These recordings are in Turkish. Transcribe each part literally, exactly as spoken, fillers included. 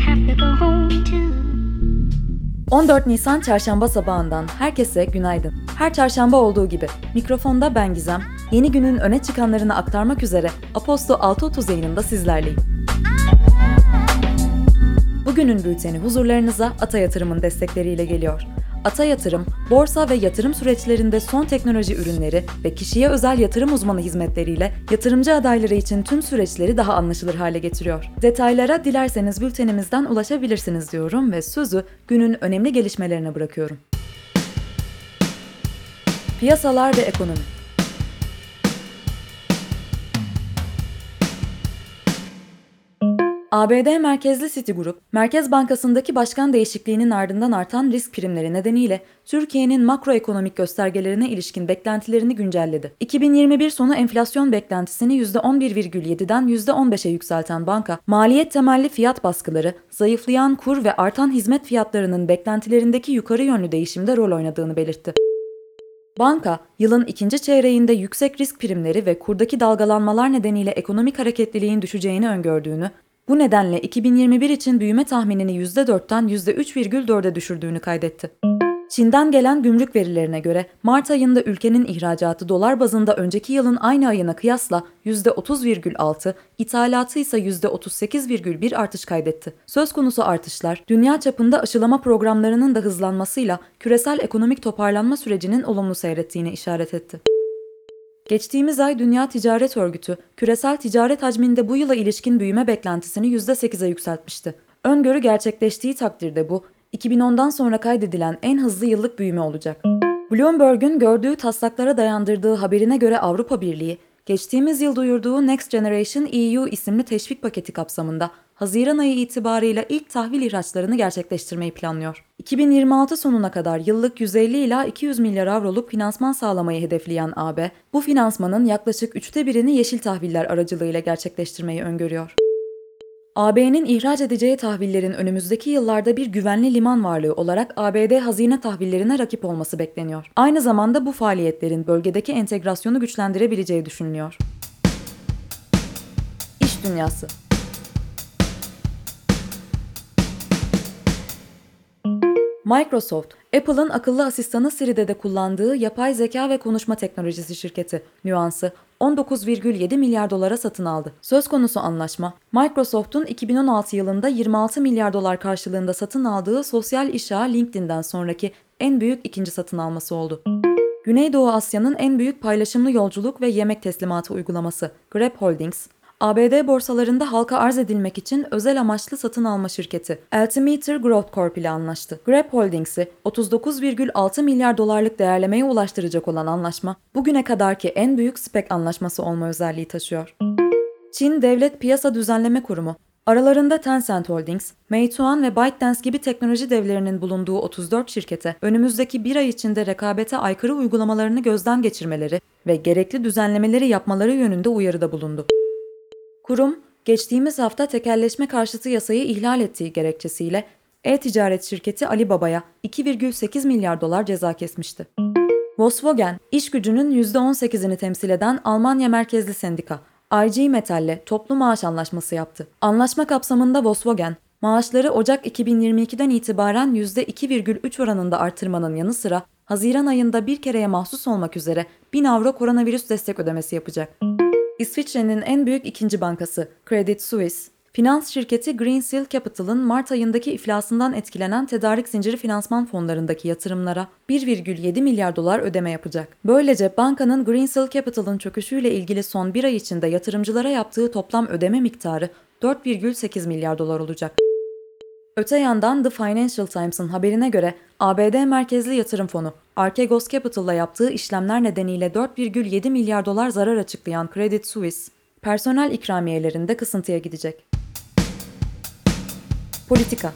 on dört Nisan Çarşamba sabahından herkese günaydın. Her çarşamba olduğu gibi mikrofonda ben Gizem, yeni günün öne çıkanlarını aktarmak üzere Aposto altı otuz yayınında sizlerleyim. Bugünün bülteni huzurlarınıza Ata Yatırım'ın destekleriyle geliyor. Ata Yatırım, borsa ve yatırım süreçlerinde son teknoloji ürünleri ve kişiye özel yatırım uzmanı hizmetleriyle yatırımcı adayları için tüm süreçleri daha anlaşılır hale getiriyor. Detaylara dilerseniz bültenimizden ulaşabilirsiniz diyorum ve sözü günün önemli gelişmelerine bırakıyorum. Piyasalar ve ekonomi. A B D merkezli Citigroup, Merkez Bankası'ndaki başkan değişikliğinin ardından artan risk primleri nedeniyle Türkiye'nin makroekonomik göstergelerine ilişkin beklentilerini güncelledi. iki bin yirmi bir sonu enflasyon beklentisini yüzde on bir virgül yediden yüzde on beşe yükselten banka, maliyet temelli fiyat baskıları, zayıflayan kur ve artan hizmet fiyatlarının beklentilerindeki yukarı yönlü değişimde rol oynadığını belirtti. Banka, yılın ikinci çeyreğinde yüksek risk primleri ve kurdaki dalgalanmalar nedeniyle ekonomik hareketliliğin düşeceğini öngördüğünü, bu nedenle iki bin yirmi bir için büyüme tahminini yüzde dörtten yüzde üç virgül dörde düşürdüğünü kaydetti. Çin'den gelen gümrük verilerine göre Mart ayında ülkenin ihracatı dolar bazında önceki yılın aynı ayına kıyasla yüzde otuz virgül altı, ithalatı ise yüzde otuz sekiz virgül bir artış kaydetti. Söz konusu artışlar, dünya çapında aşılama programlarının da hızlanmasıyla küresel ekonomik toparlanma sürecinin olumlu seyrettiğine işaret etti. Geçtiğimiz ay Dünya Ticaret Örgütü, küresel ticaret hacminde bu yıla ilişkin büyüme beklentisini yüzde sekize yükseltmişti. Öngörü gerçekleştiği takdirde bu, iki bin ondan sonra kaydedilen en hızlı yıllık büyüme olacak. Bloomberg'un gördüğü taslaklara dayandırdığı haberine göre Avrupa Birliği, geçtiğimiz yıl duyurduğu Next Generation E U isimli teşvik paketi kapsamında Haziran ayı itibarıyla ilk tahvil ihraçlarını gerçekleştirmeyi planlıyor. iki bin yirmi altı sonuna kadar yıllık yüz elli ila iki yüz milyar avroluk finansman sağlamayı hedefleyen A B, bu finansmanın yaklaşık üçte birini yeşil tahviller aracılığıyla gerçekleştirmeyi öngörüyor. A B'nin ihraç edeceği tahvillerin önümüzdeki yıllarda bir güvenli liman varlığı olarak A B D hazine tahvillerine rakip olması bekleniyor. Aynı zamanda bu faaliyetlerin bölgedeki entegrasyonu güçlendirebileceği düşünülüyor. İş dünyası. Microsoft, Apple'ın akıllı asistanı Siri'de de kullandığı yapay zeka ve konuşma teknolojisi şirketi Nuance'ı on dokuz virgül yedi milyar dolara satın aldı. Söz konusu anlaşma, Microsoft'un iki bin on altı yılında yirmi altı milyar dolar karşılığında satın aldığı sosyal iş ağı LinkedIn'den sonraki en büyük ikinci satın alması oldu. Güneydoğu Asya'nın en büyük paylaşımlı yolculuk ve yemek teslimatı uygulaması Grab Holdings, A B D borsalarında halka arz edilmek için özel amaçlı satın alma şirketi Altimeter Growth Corp ile anlaştı. Grab Holdings'i otuz dokuz virgül altı milyar dolarlık değerlemeye ulaştıracak olan anlaşma, bugüne kadarki en büyük SPAC anlaşması olma özelliği taşıyor. Çin Devlet Piyasa Düzenleme Kurumu, aralarında Tencent Holdings, Meituan ve ByteDance gibi teknoloji devlerinin bulunduğu otuz dört şirkete önümüzdeki bir ay içinde rekabete aykırı uygulamalarını gözden geçirmeleri ve gerekli düzenlemeleri yapmaları yönünde uyarıda bulundu. Kurum, geçtiğimiz hafta tekelleşme karşıtı yasayı ihlal ettiği gerekçesiyle e-ticaret şirketi Alibaba'ya iki virgül sekiz milyar dolar ceza kesmişti. Volkswagen, iş gücünün yüzde on sekizini temsil eden Almanya merkezli sendika I G Metall'le toplu maaş anlaşması yaptı. Anlaşma kapsamında Volkswagen, maaşları Ocak iki bin yirmi ikiden itibaren yüzde iki virgül üç oranında artırmanın yanı sıra Haziran ayında bir kereye mahsus olmak üzere bin avro koronavirüs destek ödemesi yapacak. İsviçre'nin en büyük ikinci bankası Credit Suisse, finans şirketi Greensill Capital'ın Mart ayındaki iflasından etkilenen tedarik zinciri finansman fonlarındaki yatırımlara bir virgül yedi milyar dolar ödeme yapacak. Böylece bankanın Greensill Capital'ın çöküşüyle ilgili son bir ay içinde yatırımcılara yaptığı toplam ödeme miktarı dört virgül sekiz milyar dolar olacak. Öte yandan The Financial Times'ın haberine göre A B D merkezli yatırım fonu Archegos Capital'la yaptığı işlemler nedeniyle dört virgül yedi milyar dolar zarar açıklayan Credit Suisse, personel ikramiyelerinde kısıntıya gidecek. Politika.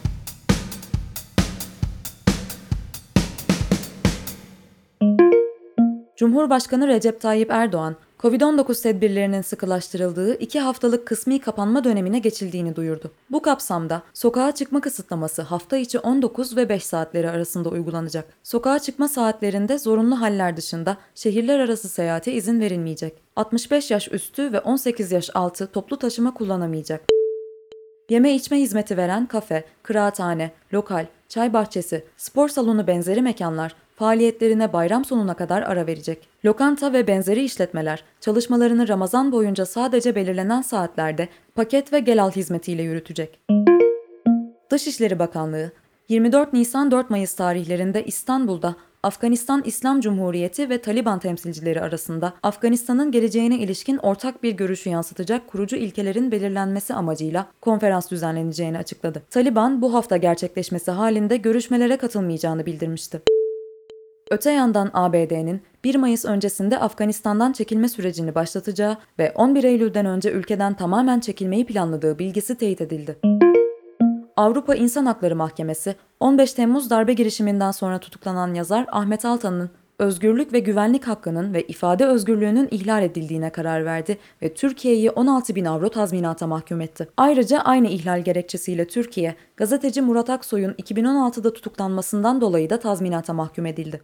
Cumhurbaşkanı Recep Tayyip Erdoğan, kovid on dokuz tedbirlerinin sıkılaştırıldığı iki haftalık kısmi kapanma dönemine geçildiğini duyurdu. Bu kapsamda sokağa çıkma kısıtlaması hafta içi on dokuz ve beş saatleri arasında uygulanacak. Sokağa çıkma saatlerinde zorunlu haller dışında şehirler arası seyahate izin verilmeyecek. altmış beş yaş üstü ve on sekiz yaş altı toplu taşıma kullanamayacak. Yeme içme hizmeti veren kafe, kıraathane, lokal, çay bahçesi, spor salonu benzeri mekanlar faaliyetlerine bayram sonuna kadar ara verecek. Lokanta ve benzeri işletmeler çalışmalarını Ramazan boyunca sadece belirlenen saatlerde paket ve gel al hizmetiyle yürütecek. Dışişleri Bakanlığı, yirmi dört Nisan dört Mayıs tarihlerinde İstanbul'da Afganistan İslam Cumhuriyeti ve Taliban temsilcileri arasında Afganistan'ın geleceğine ilişkin ortak bir görüşü yansıtacak kurucu ilkelerin belirlenmesi amacıyla konferans düzenleneceğini açıkladı. Taliban bu hafta gerçekleşmesi halinde görüşmelere katılmayacağını bildirmişti. Öte yandan A B D'nin bir Mayıs öncesinde Afganistan'dan çekilme sürecini başlatacağı ve on bir Eylül'den önce ülkeden tamamen çekilmeyi planladığı bilgisi teyit edildi. Avrupa İnsan Hakları Mahkemesi, on beş Temmuz darbe girişiminden sonra tutuklanan yazar Ahmet Altan'ın özgürlük ve güvenlik hakkının ve ifade özgürlüğünün ihlal edildiğine karar verdi ve Türkiye'yi on altı bin avro tazminata mahkum etti. Ayrıca aynı ihlal gerekçesiyle Türkiye, gazeteci Murat Aksoy'un iki bin on altıda tutuklanmasından dolayı da tazminata mahkum edildi.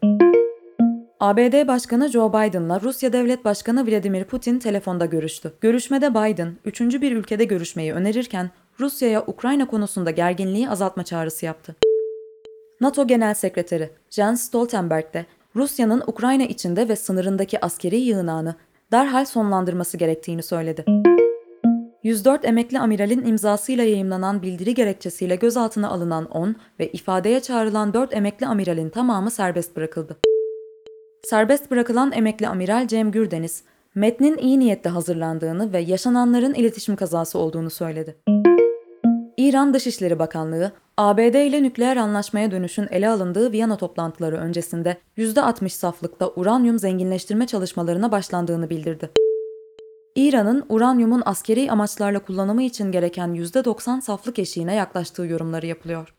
A B D Başkanı Joe Biden'la Rusya Devlet Başkanı Vladimir Putin telefonda görüştü. Görüşmede Biden, üçüncü bir ülkede görüşmeyi önerirken Rusya'ya Ukrayna konusunda gerginliği azaltma çağrısı yaptı. NATO Genel Sekreteri Jens Stoltenberg de Rusya'nın Ukrayna içinde ve sınırındaki askeri yığınağını derhal sonlandırması gerektiğini söyledi. yüz dört emekli amiralin imzasıyla yayımlanan bildiri gerekçesiyle gözaltına alınan on ve ifadeye çağrılan dört emekli amiralin tamamı serbest bırakıldı. Serbest bırakılan emekli amiral Cem Gürdeniz, metnin iyi niyetle hazırlandığını ve yaşananların iletişim kazası olduğunu söyledi. İran Dışişleri Bakanlığı, A B D ile nükleer anlaşmaya dönüşün ele alındığı Viyana toplantıları öncesinde yüzde altmış saflıkta uranyum zenginleştirme çalışmalarına başlandığını bildirdi. İran'ın uranyumun askeri amaçlarla kullanımı için gereken yüzde doksan saflık eşiğine yaklaştığı yorumları yapılıyor.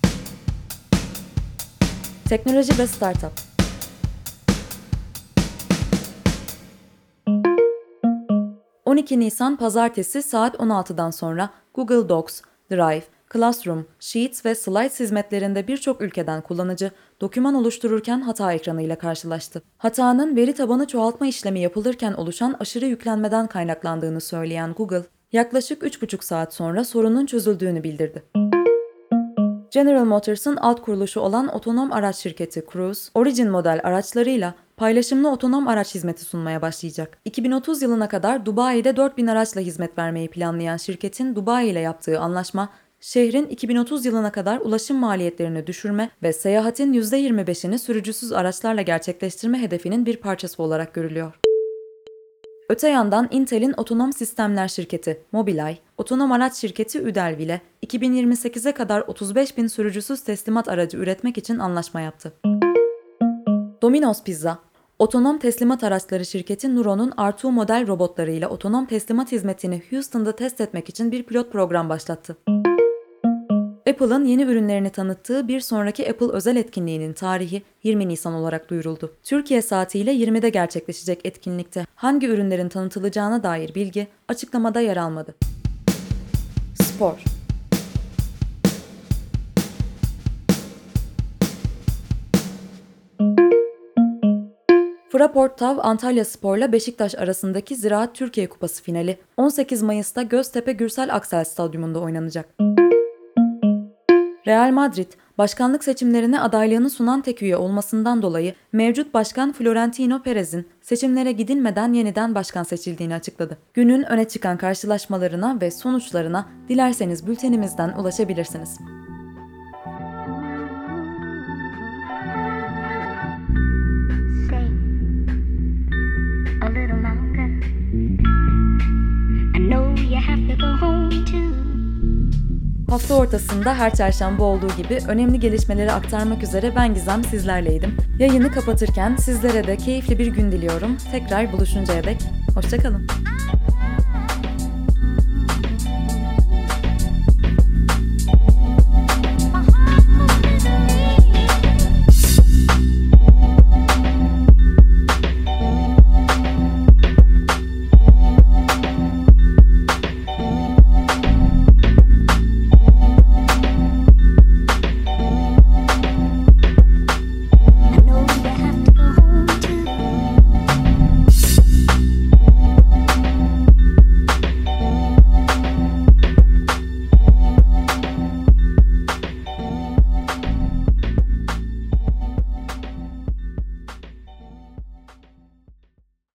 Teknoloji ve Startup. on iki Nisan Pazartesi saat on altıdan sonra Google Docs, Drive, Classroom, Sheets ve Slides hizmetlerinde birçok ülkeden kullanıcı doküman oluştururken hata ekranıyla karşılaştı. Hatanın veri tabanı çoğaltma işlemi yapılırken oluşan aşırı yüklenmeden kaynaklandığını söyleyen Google, yaklaşık üç buçuk saat sonra sorunun çözüldüğünü bildirdi. General Motors'ın alt kuruluşu olan otonom araç şirketi Cruise, Origin model araçlarıyla paylaşımlı otonom araç hizmeti sunmaya başlayacak. iki bin otuz yılına kadar Dubai'de dört bin araçla hizmet vermeyi planlayan şirketin Dubai ile yaptığı anlaşma, şehrin iki bin otuz yılına kadar ulaşım maliyetlerini düşürme ve seyahatin yüzde yirmi beşini sürücüsüz araçlarla gerçekleştirme hedefinin bir parçası olarak görülüyor. Öte yandan Intel'in otonom sistemler şirketi Mobileye, otonom araç şirketi Udelv ile iki bin yirmi sekize kadar otuz beş bin sürücüsüz teslimat aracı üretmek için anlaşma yaptı. Domino's Pizza, otonom teslimat araçları şirketi Nuro'nun R iki model robotlarıyla otonom teslimat hizmetini Houston'da test etmek için bir pilot program başlattı. Apple'ın yeni ürünlerini tanıttığı bir sonraki Apple özel etkinliğinin tarihi yirmi Nisan olarak duyuruldu. Türkiye saatiyle yirmide gerçekleşecek etkinlikte hangi ürünlerin tanıtılacağına dair bilgi açıklamada yer almadı. Spor. Fraport Tav Antalya Spor'la Beşiktaş arasındaki Ziraat Türkiye Kupası finali on sekiz Mayıs'ta Göztepe Gürsel Aksel Stadyumunda oynanacak. Real Madrid, başkanlık seçimlerine adaylığını sunan tek üye olmasından dolayı mevcut başkan Florentino Perez'in seçimlere gidilmeden yeniden başkan seçildiğini açıkladı. Günün öne çıkan karşılaşmalarına ve sonuçlarına dilerseniz bültenimizden ulaşabilirsiniz. Hafta ortasında her çarşamba olduğu gibi önemli gelişmeleri aktarmak üzere ben Gizem sizlerleydim. Yayını kapatırken sizlere de keyifli bir gün diliyorum. Tekrar buluşuncaya dek hoşça kalın.